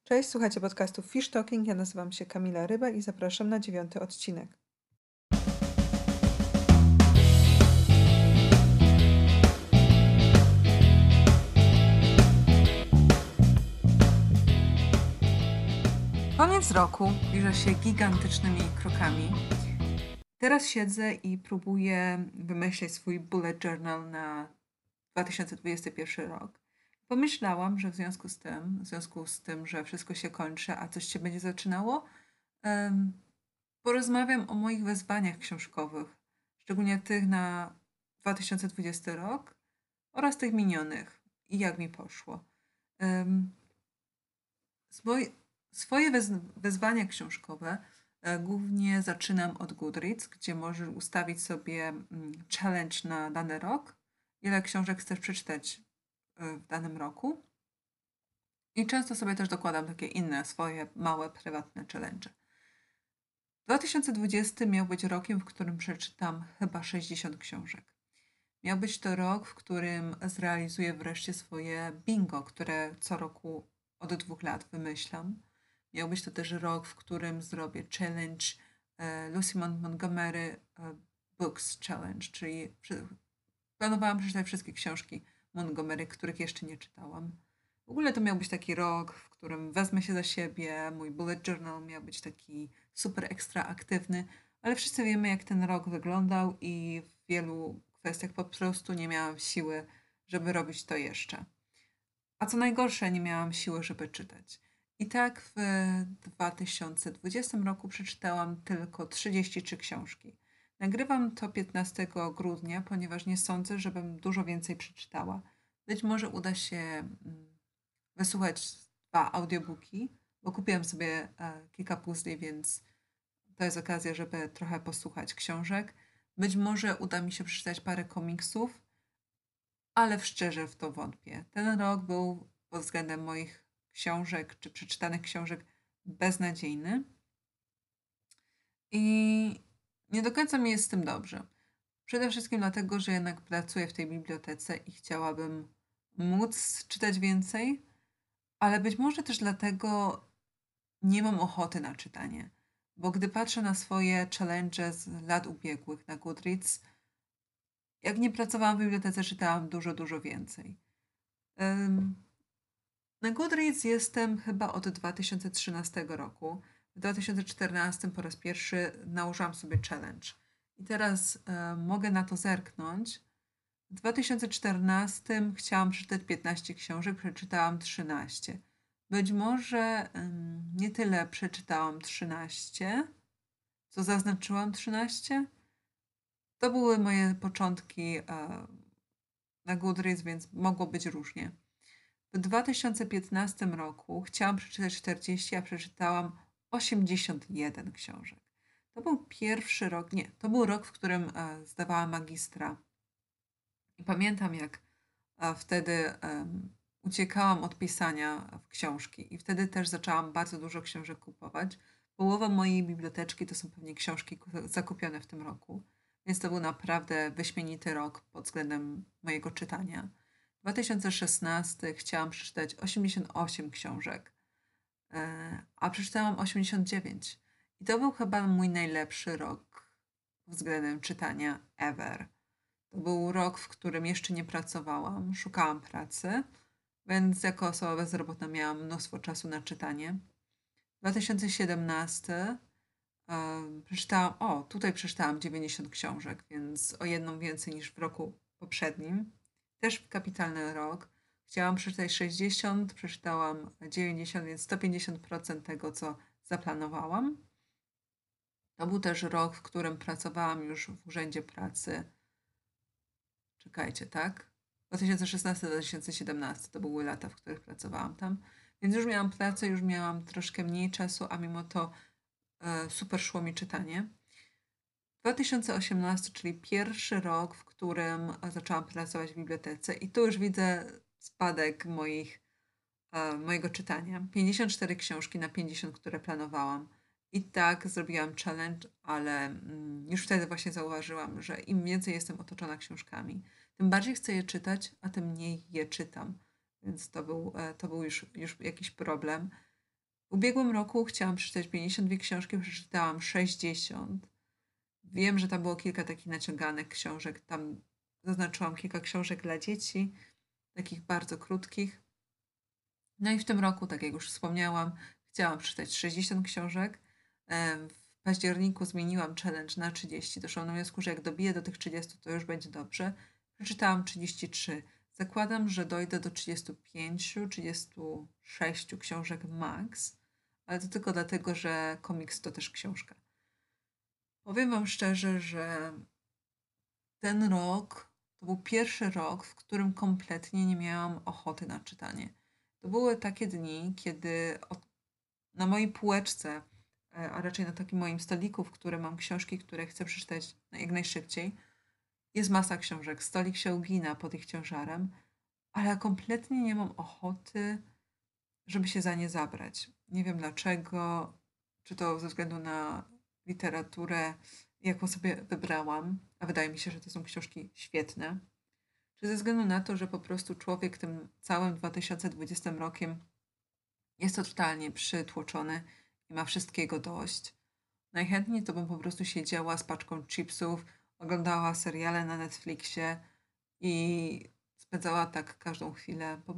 Cześć, słuchajcie podcastu Fish Talking. Ja nazywam się Kamila Ryba i zapraszam na 9. odcinek. Koniec roku zbliża się gigantycznymi krokami. Teraz siedzę i próbuję wymyślić swój bullet journal na 2021 rok. Pomyślałam, że w związku z tym, że wszystko się kończy, a coś się będzie zaczynało, porozmawiam o moich wyzwaniach książkowych, szczególnie tych na 2020 rok oraz tych minionych i jak mi poszło. Swoje wyzwania książkowe głównie zaczynam od Goodreads, gdzie możesz ustawić sobie challenge na dany rok, ile książek chcesz przeczytać w danym roku. I często sobie też dokładam takie inne swoje małe, prywatne challenge. 2020 miał być rokiem, w którym przeczytam chyba 60 książek. Miał być to rok, w którym zrealizuję wreszcie swoje bingo, które co roku od 2 lat wymyślam. Miał być to też rok, w którym zrobię challenge Lucy Montgomery Books Challenge, czyli planowałam przeczytać wszystkie książki Montgomery, których jeszcze nie czytałam. W ogóle to miał być taki rok, w którym wezmę się za siebie, mój bullet journal miał być taki super ekstra aktywny, ale wszyscy wiemy, jak ten rok wyglądał i w wielu kwestiach po prostu nie miałam siły, żeby robić to jeszcze. A co najgorsze, nie miałam siły, żeby czytać. I tak w 2020 roku przeczytałam tylko 33 książki. Nagrywam to 15 grudnia, ponieważ nie sądzę, żebym dużo więcej przeczytała. Być może uda się wysłuchać 2 audiobooki, bo kupiłam sobie kilka puzli, więc to jest okazja, żeby trochę posłuchać książek. Być może uda mi się przeczytać parę komiksów, ale szczerze w to wątpię. Ten rok był pod względem moich książek czy przeczytanych książek beznadziejny i nie do końca mi jest z tym dobrze. Przede wszystkim dlatego, że jednak pracuję w tej bibliotece i chciałabym móc czytać więcej, ale być może też dlatego nie mam ochoty na czytanie. Bo gdy patrzę na swoje challenge z lat ubiegłych na Goodreads, jak nie pracowałam w bibliotece, czytałam dużo, dużo więcej. Na Goodreads jestem chyba od 2013 roku. W 2014 po raz pierwszy nałożyłam sobie challenge. I teraz mogę na to zerknąć. W 2014 chciałam przeczytać 15 książek, przeczytałam 13. Być może nie tyle przeczytałam 13, co zaznaczyłam 13. To były moje początki na Goodreads, więc mogło być różnie. W 2015 roku chciałam przeczytać 40, a przeczytałam 81 książek. To był pierwszy rok, nie, to był rok, w którym zdawałam magistra. I pamiętam, jak wtedy uciekałam od pisania w książki i wtedy też zaczęłam bardzo dużo książek kupować. Połowa mojej biblioteczki to są pewnie książki zakupione w tym roku, więc to był naprawdę wyśmienity rok pod względem mojego czytania. 2016 chciałam przeczytać 88 książek, a przeczytałam 89. I to był chyba mój najlepszy rok względem czytania ever. To był rok, w którym jeszcze nie pracowałam, szukałam pracy, więc jako osoba bezrobotna miałam mnóstwo czasu na czytanie. 2017 tutaj przeczytałam 90 książek, więc o jedną więcej niż w roku poprzednim. Też kapitalny rok. Chciałam przeczytać 60, przeczytałam 90, więc 150% tego, co zaplanowałam. To był też rok, w którym pracowałam już w urzędzie pracy. Czekajcie, tak? 2016-2017 to były lata, w których pracowałam tam. Więc już miałam pracę, już miałam troszkę mniej czasu, a mimo to super szło mi czytanie. 2018, czyli pierwszy rok, w którym zaczęłam pracować w bibliotece i tu już widzę spadek mojego czytania. 54 książki na 50, które planowałam. I tak zrobiłam challenge, ale już wtedy właśnie zauważyłam, że im więcej jestem otoczona książkami, tym bardziej chcę je czytać, a tym mniej je czytam. Więc to był już jakiś problem. W ubiegłym roku chciałam przeczytać 52 książki, przeczytałam 60. Wiem, że tam było kilka takich naciąganych książek. Tam zaznaczyłam kilka książek dla dzieci, takich bardzo krótkich. No i w tym roku, tak jak już wspomniałam, chciałam przeczytać 60 książek. W październiku zmieniłam challenge na 30. Doszłam do wniosku, że jak dobiję do tych 30, to już będzie dobrze. Przeczytałam 33. Zakładam, że dojdę do 35, 36 książek max, ale to tylko dlatego, że komiks to też książka. Powiem Wam szczerze, że ten rok to był pierwszy rok, w którym kompletnie nie miałam ochoty na czytanie. To były takie dni, kiedy na mojej półeczce, a raczej na takim moim stoliku, w którym mam książki, które chcę przeczytać jak najszybciej, jest masa książek. Stolik się ugina pod ich ciężarem, ale ja kompletnie nie mam ochoty, żeby się za nie zabrać. Nie wiem dlaczego, czy to ze względu na literaturę, jaką sobie wybrałam, a wydaje mi się, że to są książki świetne, czy ze względu na to, że po prostu człowiek tym całym 2020 rokiem jest totalnie przytłoczony i ma wszystkiego dość. Najchętniej to bym po prostu siedziała z paczką chipsów, oglądała seriale na Netflixie i spędzała tak każdą chwilę, bo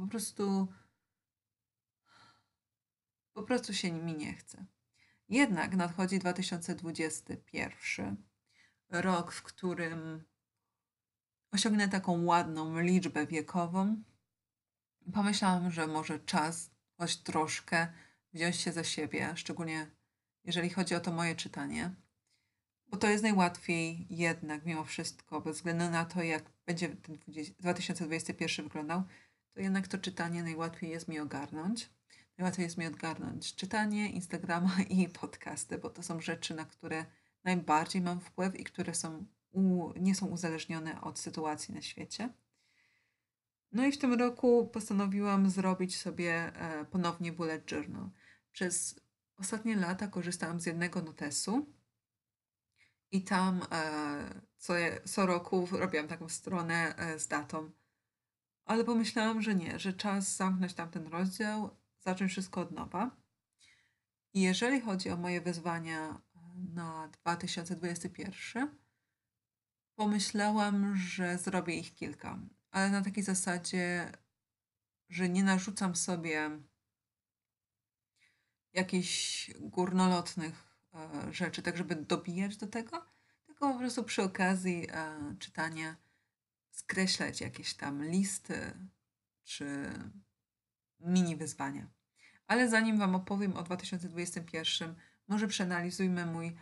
po prostu się mi nie chce. Jednak nadchodzi 2021 rok, w którym osiągnę taką ładną liczbę wiekową. Pomyślałam, że może czas choć troszkę wziąć się za siebie, szczególnie jeżeli chodzi o to moje czytanie, bo to jest najłatwiej jednak mimo wszystko, bez względu na to, jak będzie ten 2021 wyglądał, to jednak to czytanie najłatwiej jest mi ogarnąć. Najłatwiej jest mi ogarnąć czytanie, Instagrama i podcasty, bo to są rzeczy, na które najbardziej mam wpływ i które nie są uzależnione od sytuacji na świecie. No i w tym roku postanowiłam zrobić sobie ponownie bullet journal. Przez ostatnie lata korzystałam z jednego notesu i tam co roku robiłam taką stronę z datą. Ale pomyślałam, że nie, że czas zamknąć tamten rozdział, zacząć wszystko od nowa. I jeżeli chodzi o moje wyzwania na 2021, pomyślałam, że zrobię ich kilka, ale na takiej zasadzie, że nie narzucam sobie jakichś górnolotnych rzeczy, tak żeby dobijać do tego, tylko po prostu przy okazji czytania skreślać jakieś tam listy czy mini wyzwania. Ale zanim Wam opowiem o 2021, może przeanalizujmy mój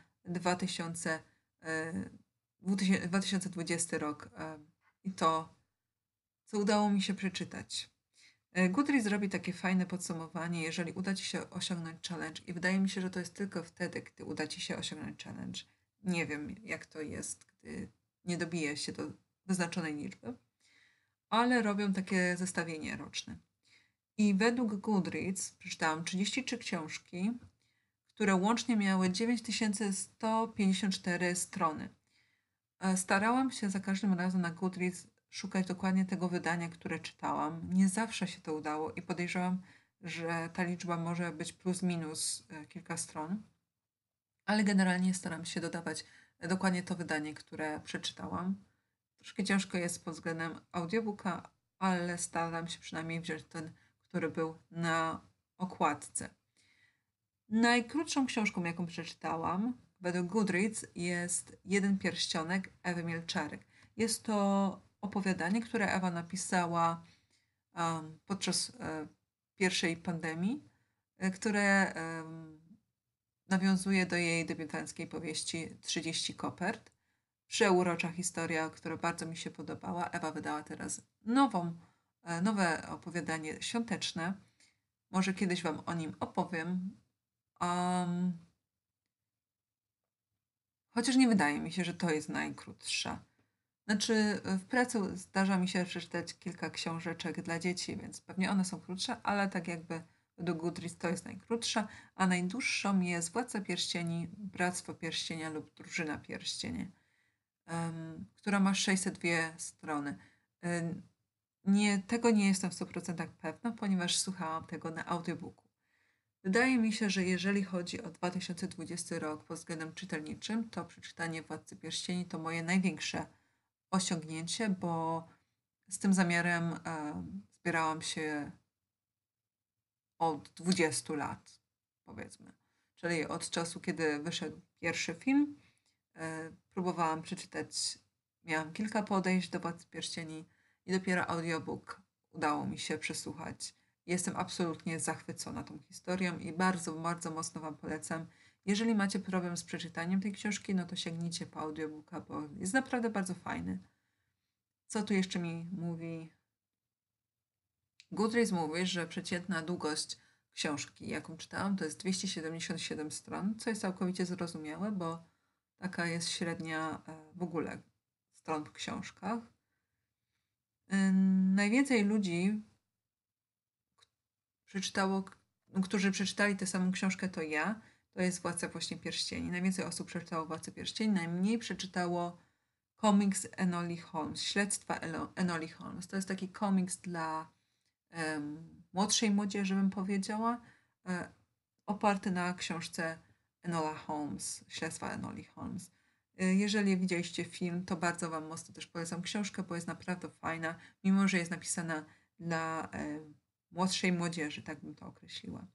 2020 rok i to, co udało mi się przeczytać. Goodreads zrobi takie fajne podsumowanie, jeżeli uda Ci się osiągnąć challenge i wydaje mi się, że to jest tylko wtedy, gdy uda Ci się osiągnąć challenge. Nie wiem, jak to jest, gdy nie dobije się do wyznaczonej liczby, ale robią takie zestawienie roczne. I według Goodreads przeczytałam 33 książki, które łącznie miały 9154 strony. Starałam się za każdym razem na Goodreads szukać dokładnie tego wydania, które czytałam. Nie zawsze się to udało i podejrzewam, że ta liczba może być plus minus kilka stron, ale generalnie staram się dodawać dokładnie to wydanie, które przeczytałam. Troszkę ciężko jest pod względem audiobooka, ale staram się przynajmniej wziąć ten, który był na okładce. Najkrótszą książką, jaką przeczytałam, według Goodreads, jest Jeden pierścionek Ewy Mielczarek. Jest to opowiadanie, które Ewa napisała podczas pierwszej pandemii, które nawiązuje do jej debiutanckiej powieści 30 kopert. Przeurocza historia, która bardzo mi się podobała. Ewa wydała teraz nowe opowiadanie świąteczne. Może kiedyś Wam o nim opowiem. Chociaż nie wydaje mi się, że to jest najkrótsza. Znaczy, w pracy zdarza mi się przeczytać kilka książeczek dla dzieci, więc pewnie one są krótsze, ale tak jakby według Goodreads to jest najkrótsza, a najdłuższą jest Władca Pierścieni, Bractwo Pierścienia lub Drużyna Pierścienie, która ma 602 strony. Tego nie jestem w 100% pewna, ponieważ słuchałam tego na audiobooku. Wydaje mi się, że jeżeli chodzi o 2020 rok pod względem czytelniczym, to przeczytanie Władcy Pierścieni to moje największe osiągnięcie, bo z tym zamiarem zbierałam się od 20 lat, powiedzmy. Czyli od czasu, kiedy wyszedł pierwszy film, próbowałam przeczytać, miałam kilka podejść do Władcy Pierścieni i dopiero audiobook udało mi się przesłuchać. Jestem absolutnie zachwycona tą historią i bardzo, bardzo mocno Wam polecam. Jeżeli macie problem z przeczytaniem tej książki, no to sięgnijcie po audiobooka, bo jest naprawdę bardzo fajny. Co tu jeszcze mi mówi? Goodreads mówi, że przeciętna długość książki, jaką czytałam, to jest 277 stron, co jest całkowicie zrozumiałe, bo taka jest średnia w ogóle stron w książkach. Najwięcej ludzi przeczytało, którzy przeczytali tę samą książkę, to ja. To jest Władca właśnie Pierścieni. Najwięcej osób przeczytało Władcę Pierścieni, najmniej przeczytało komiks Enoli Holmes, Śledztwa Enoli Holmes. To jest taki komiks dla młodszej młodzieży, bym powiedziała, oparty na książce Enola Holmes, Śledztwa Enoli Holmes. Jeżeli widzieliście film, to bardzo Wam mocno też polecam książkę, bo jest naprawdę fajna, mimo że jest napisana dla młodszej młodzieży, tak bym to określiła.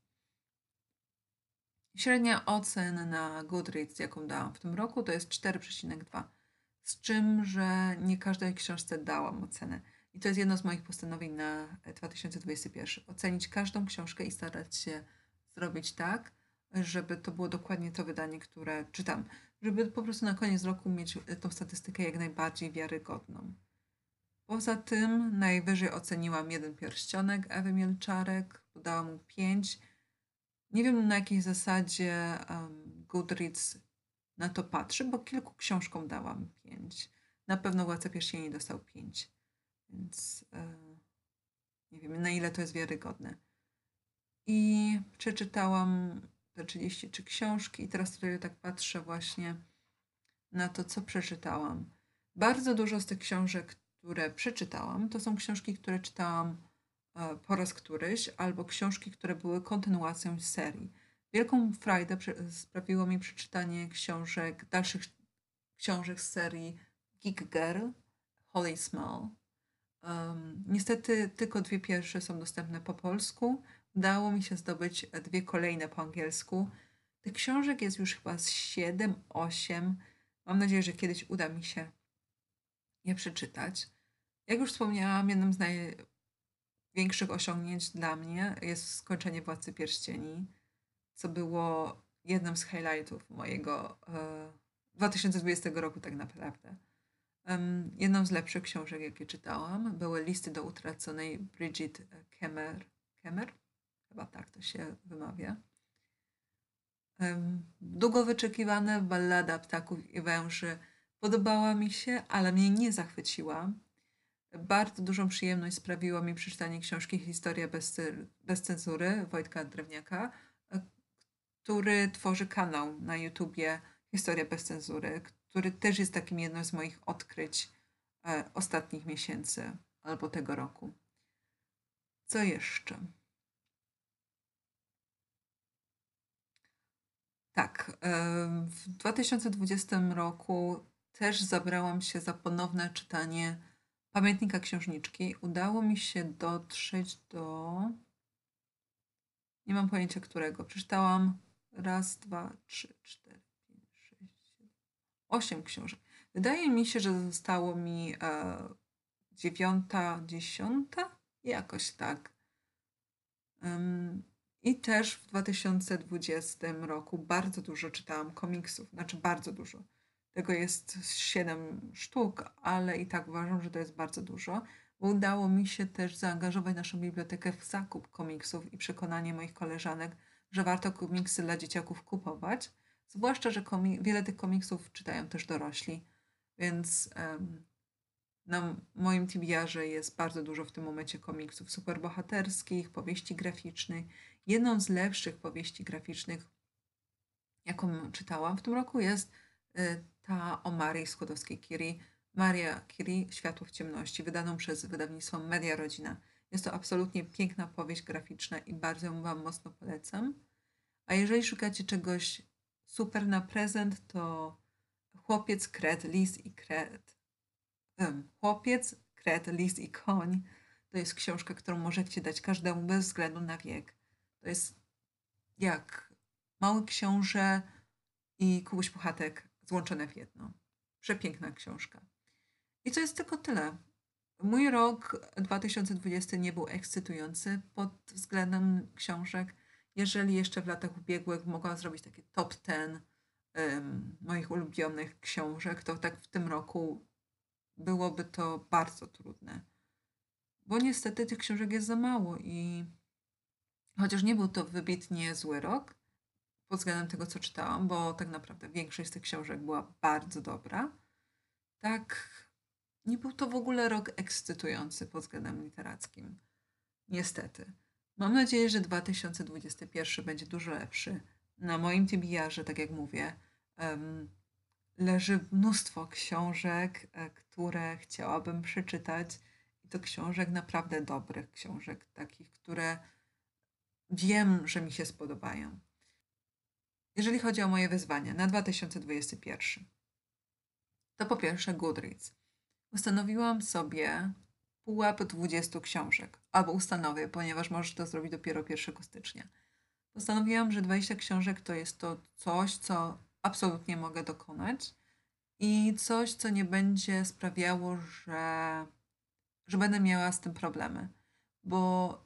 Średnia ocen na Goodreads, jaką dałam w tym roku, to jest 4,2. Z czym, że nie każdej książce dałam ocenę. I to jest jedno z moich postanowień na 2021. Ocenić każdą książkę i starać się zrobić tak, żeby to było dokładnie to wydanie, które czytam. Żeby po prostu na koniec roku mieć tą statystykę jak najbardziej wiarygodną. Poza tym najwyżej oceniłam Jeden Pierścionek Ewy Mielczarek, dałam mu 5. Nie wiem na jakiej zasadzie Goodreads na to patrzy, bo kilku książkom dałam 5. Na pewno Władca Pierścieni dostał 5. Więc nie wiem na ile to jest wiarygodne. I przeczytałam te 33 książki i teraz tutaj tak patrzę właśnie na to, co przeczytałam. Bardzo dużo z tych książek, które przeczytałam, to są książki, które czytałam po raz któryś, albo książki, które były kontynuacją serii. Wielką frajdę sprawiło mi przeczytanie dalszych książek z serii Geek Girl, Holy Smell. Niestety tylko 2 pierwsze są dostępne po polsku. Udało mi się zdobyć 2 kolejne po angielsku. Tych książek jest już chyba z 7, 8. Mam nadzieję, że kiedyś uda mi się je przeczytać. Jak już wspomniałam, jednym z największych osiągnięć dla mnie jest skończenie Władcy Pierścieni, co było jednym z highlightów mojego 2020 roku tak naprawdę. Jedną z lepszych książek, jakie czytałam, były Listy do utraconej Bridget Kemmer. Kemmer? Chyba tak to się wymawia. Długo wyczekiwana ballada Ptaków i Węży podobała mi się, ale mnie nie zachwyciła. Bardzo dużą przyjemność sprawiło mi przeczytanie książki Historia bez cenzury Wojtka Drewniaka, który tworzy kanał na YouTubie Historia bez cenzury, który też jest takim jednym z moich odkryć ostatnich miesięcy albo tego roku. Co jeszcze? Tak, w 2020 roku też zabrałam się za ponowne czytanie Pamiętnika Księżniczki. Udało mi się dotrzeć do... Nie mam pojęcia którego. Przeczytałam raz, dwa, trzy, cztery, pięć, sześć, 8 książek. Wydaje mi się, że zostało mi 9., 10. Jakoś tak. I też w 2020 roku bardzo dużo czytałam komiksów. Znaczy bardzo dużo. Tego jest 7 sztuk, ale i tak uważam, że to jest bardzo dużo. Bo udało mi się też zaangażować naszą bibliotekę w zakup komiksów i przekonanie moich koleżanek, że warto komiksy dla dzieciaków kupować. Zwłaszcza, że wiele tych komiksów czytają też dorośli, więc na moim TBR-ze jest bardzo dużo w tym momencie komiksów superbohaterskich, powieści graficznych. Jedną z lepszych powieści graficznych, jaką czytałam w tym roku, jest ta o Marii Skłodowskiej-Curie, Maria Curie, Światło w ciemności, wydaną przez wydawnictwo Media Rodzina. Jest to absolutnie piękna powieść graficzna i bardzo ją Wam mocno polecam. A jeżeli szukacie czegoś super na prezent, to Chłopiec, Kret, Lis i Kret. Chłopiec, Kret, Lis i Koń to jest książka, którą możecie dać każdemu bez względu na wiek. To jest jak Mały Książę i Kubuś Puchatek złączone w jedno. Przepiękna książka. I to jest tylko tyle. Mój rok 2020 nie był ekscytujący pod względem książek. Jeżeli jeszcze w latach ubiegłych mogłam zrobić takie top 10 moich ulubionych książek, to tak w tym roku byłoby to bardzo trudne. Bo niestety tych książek jest za mało i chociaż nie był to wybitnie zły rok pod względem tego, co czytałam, bo tak naprawdę większość z tych książek była bardzo dobra, tak nie był to w ogóle rok ekscytujący pod względem literackim. Niestety. Mam nadzieję, że 2021 będzie dużo lepszy. Na moim TBR-ze, tak jak mówię, leży mnóstwo książek, które chciałabym przeczytać. I to książek naprawdę dobrych, książek takich, które wiem, że mi się spodobają. Jeżeli chodzi o moje wyzwania na 2021, to po pierwsze Goodreads. Ustanowiłam sobie pułap 20 książek. Albo ustanowię, ponieważ możesz to zrobić dopiero 1 stycznia. Postanowiłam, że 20 książek to jest to coś, co absolutnie mogę dokonać i coś, co nie będzie sprawiało, że będę miała z tym problemy. Bo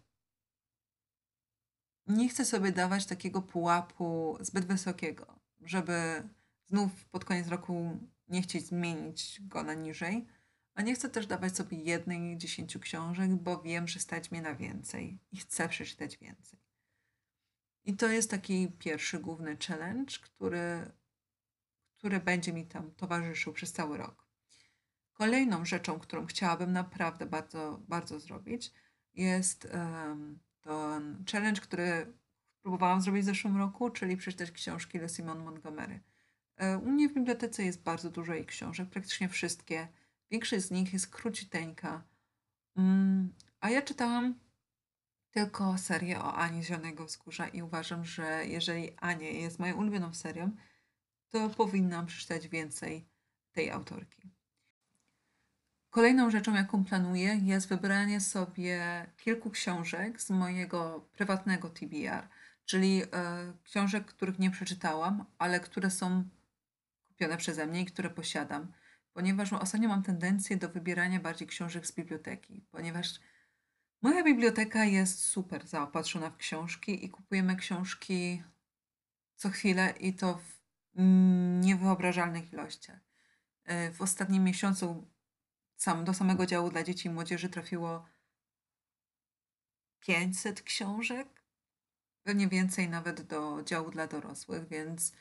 nie chcę sobie dawać takiego pułapu zbyt wysokiego, żeby znów pod koniec roku nie chcieć zmienić go na niżej. A nie chcę też dawać sobie 10 książek, bo wiem, że stać mnie na więcej i chcę przeczytać więcej. I to jest taki pierwszy główny challenge, który będzie mi tam towarzyszył przez cały rok. Kolejną rzeczą, którą chciałabym naprawdę bardzo, bardzo zrobić, jest to challenge, który próbowałam zrobić w zeszłym roku, czyli przeczytać książki Le Simon Montgomery. U mnie w bibliotece jest bardzo dużo jej książek, praktycznie wszystkie. Większość z nich jest króciuteńka. A ja czytałam tylko serię o Ani z Zielonego Wzgórza i uważam, że jeżeli Ania jest moją ulubioną serią, to powinnam przeczytać więcej tej autorki. Kolejną rzeczą, jaką planuję, jest wybranie sobie kilku książek z mojego prywatnego TBR, czyli książek, których nie przeczytałam, ale które są kupione przeze mnie i które posiadam, ponieważ ostatnio mam tendencję do wybierania bardziej książek z biblioteki, ponieważ moja biblioteka jest super zaopatrzona w książki i kupujemy książki co chwilę i to w niewyobrażalnych ilościach. W ostatnim miesiącu do samego działu dla dzieci i młodzieży trafiło 500 książek, pewnie więcej nawet do działu dla dorosłych, więc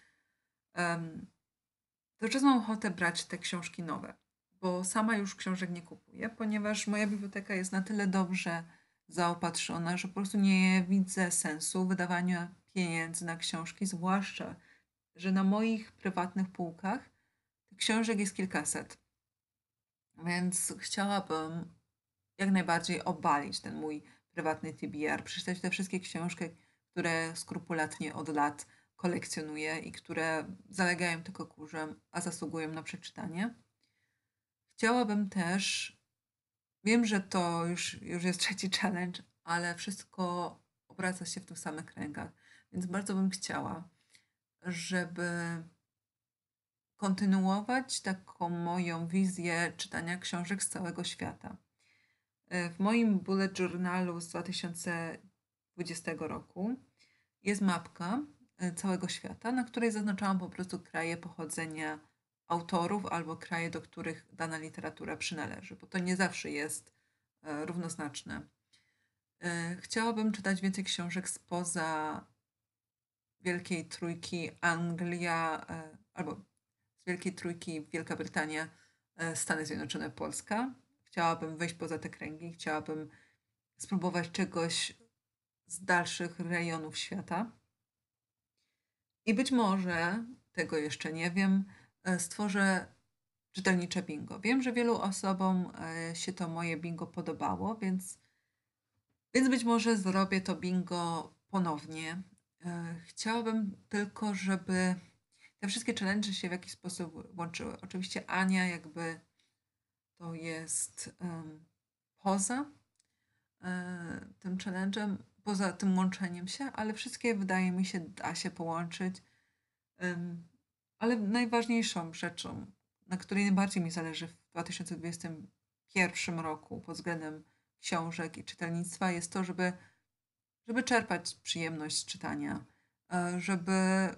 cały czas mam ochotę brać te książki nowe, bo sama już książek nie kupuję, ponieważ moja biblioteka jest na tyle dobrze zaopatrzona, że po prostu nie widzę sensu wydawania pieniędzy na książki, zwłaszcza, że na moich prywatnych półkach tych książek jest kilkaset. Więc chciałabym jak najbardziej obalić ten mój prywatny TBR, przeczytać te wszystkie książki, które skrupulatnie od lat kolekcjonuję i które zalegają tylko kurzem, a zasługują na przeczytanie. Chciałabym też, wiem, że to już jest trzeci challenge, ale wszystko obraca się w tych samych kręgach, więc bardzo bym chciała, żeby kontynuować taką moją wizję czytania książek z całego świata. W moim bullet journalu z 2020 roku jest mapka całego świata, na której zaznaczałam po prostu kraje pochodzenia autorów albo kraje, do których dana literatura przynależy, bo to nie zawsze jest równoznaczne. Chciałabym czytać więcej książek spoza Wielkiej Trójki Anglia, albo z Wielkiej Trójki Wielka Brytania, Stany Zjednoczone, Polska. Chciałabym wyjść poza te kręgi, chciałabym spróbować czegoś z dalszych rejonów świata. I być może, tego jeszcze nie wiem, stworzę czytelnicze bingo. Wiem, że wielu osobom się to moje bingo podobało, więc być może zrobię to bingo ponownie. Chciałabym tylko, żeby te wszystkie challenge się w jakiś sposób łączyły. Oczywiście Ania jakby to jest poza tym challenge'em, poza tym łączeniem się, ale wszystkie wydaje mi się da się połączyć. Ale najważniejszą rzeczą, na której najbardziej mi zależy w 2021 roku pod względem książek i czytelnictwa jest to, żeby czerpać przyjemność z czytania, żeby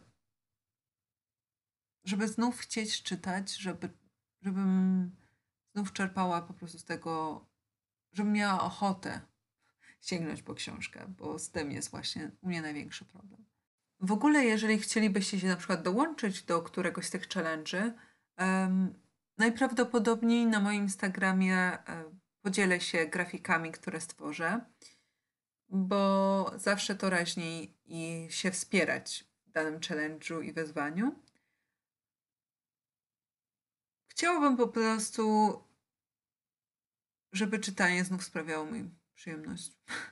znów chcieć czytać, żebym znów czerpała po prostu z tego, żebym miała ochotę sięgnąć po książkę, bo z tym jest właśnie u mnie największy problem. W ogóle, jeżeli chcielibyście się na przykład dołączyć do któregoś z tych challenge'y, najprawdopodobniej na moim Instagramie podzielę się grafikami, które stworzę, bo zawsze to raźniej i się wspierać w danym challenge'u i wyzwaniu. Chciałabym po prostu, żeby czytanie znów sprawiało mi przyjemność.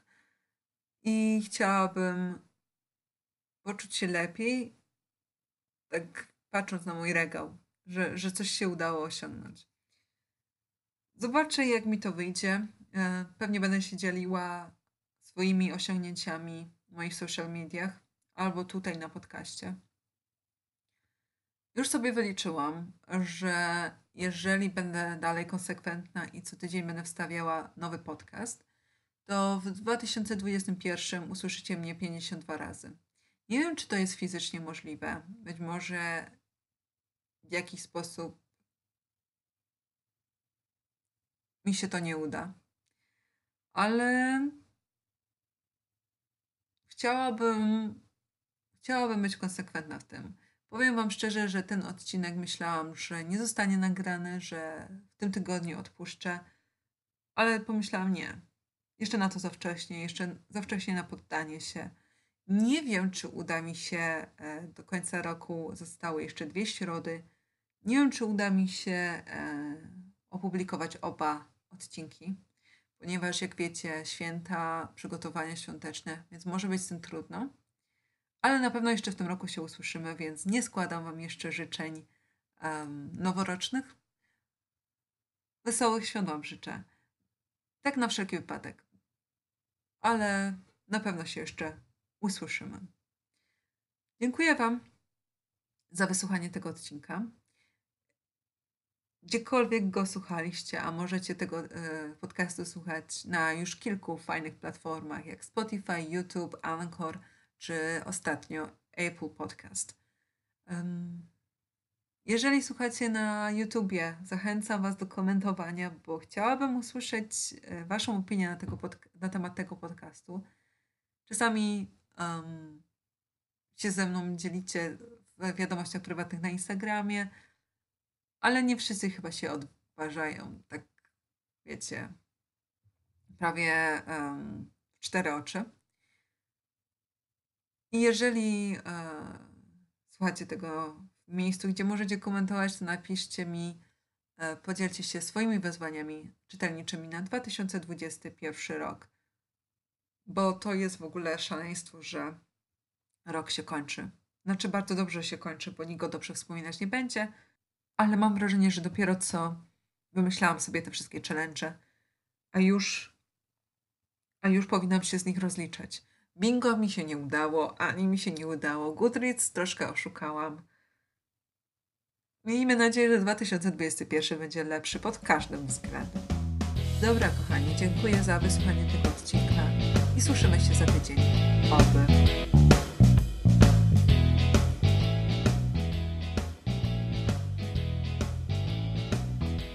I chciałabym poczuć się lepiej, tak patrząc na mój regał, że coś się udało osiągnąć. Zobaczę, jak mi to wyjdzie. Pewnie będę się dzieliła swoimi osiągnięciami w moich social mediach albo tutaj na podcaście. Już sobie wyliczyłam, że jeżeli będę dalej konsekwentna i co tydzień będę wstawiała nowy podcast, to w 2021 usłyszycie mnie 52 razy. Nie wiem, czy to jest fizycznie możliwe. Być może w jakiś sposób mi się to nie uda. Ale chciałabym być konsekwentna w tym. Powiem Wam szczerze, że ten odcinek myślałam, że nie zostanie nagrany, że w tym tygodniu odpuszczę, ale pomyślałam nie. Jeszcze na to za wcześnie, jeszcze za wcześnie na poddanie się. Nie wiem, czy uda mi się do końca roku, zostały jeszcze 2 środy. Nie wiem, czy uda mi się opublikować oba odcinki, ponieważ jak wiecie, święta, przygotowania świąteczne, więc może być z tym trudno. Ale na pewno jeszcze w tym roku się usłyszymy, więc nie składam Wam jeszcze życzeń noworocznych. Wesołych świąt Wam życzę. Tak na wszelki wypadek. Ale na pewno się jeszcze usłyszymy. Dziękuję Wam za wysłuchanie tego odcinka. Gdziekolwiek go słuchaliście, a możecie tego podcastu słuchać na już kilku fajnych platformach, jak Spotify, YouTube, Anchor, czy ostatnio Apple Podcast. Jeżeli słuchacie na YouTubie, zachęcam Was do komentowania, bo chciałabym usłyszeć Waszą opinię na temat tego podcastu. Czasami się ze mną dzielicie w wiadomościach prywatnych na Instagramie, ale nie wszyscy chyba się odważają, tak wiecie, prawie w 4 oczy. I jeżeli słuchacie tego w miejscu, gdzie możecie komentować, to napiszcie mi, podzielcie się swoimi wyzwaniami czytelniczymi na 2021 rok. Bo to jest w ogóle szaleństwo, że rok się kończy. Znaczy bardzo dobrze się kończy, bo nikt go dobrze wspominać nie będzie, ale mam wrażenie, że dopiero co wymyślałam sobie te wszystkie challenge, a już powinnam się z nich rozliczać. Bingo mi się nie udało, ani mi się nie udało. Goodreads troszkę oszukałam. Miejmy nadzieję, że 2021 będzie lepszy pod każdym względem. Dobra, kochani, dziękuję za wysłuchanie tego odcinka i słyszymy się za tydzień. Oby.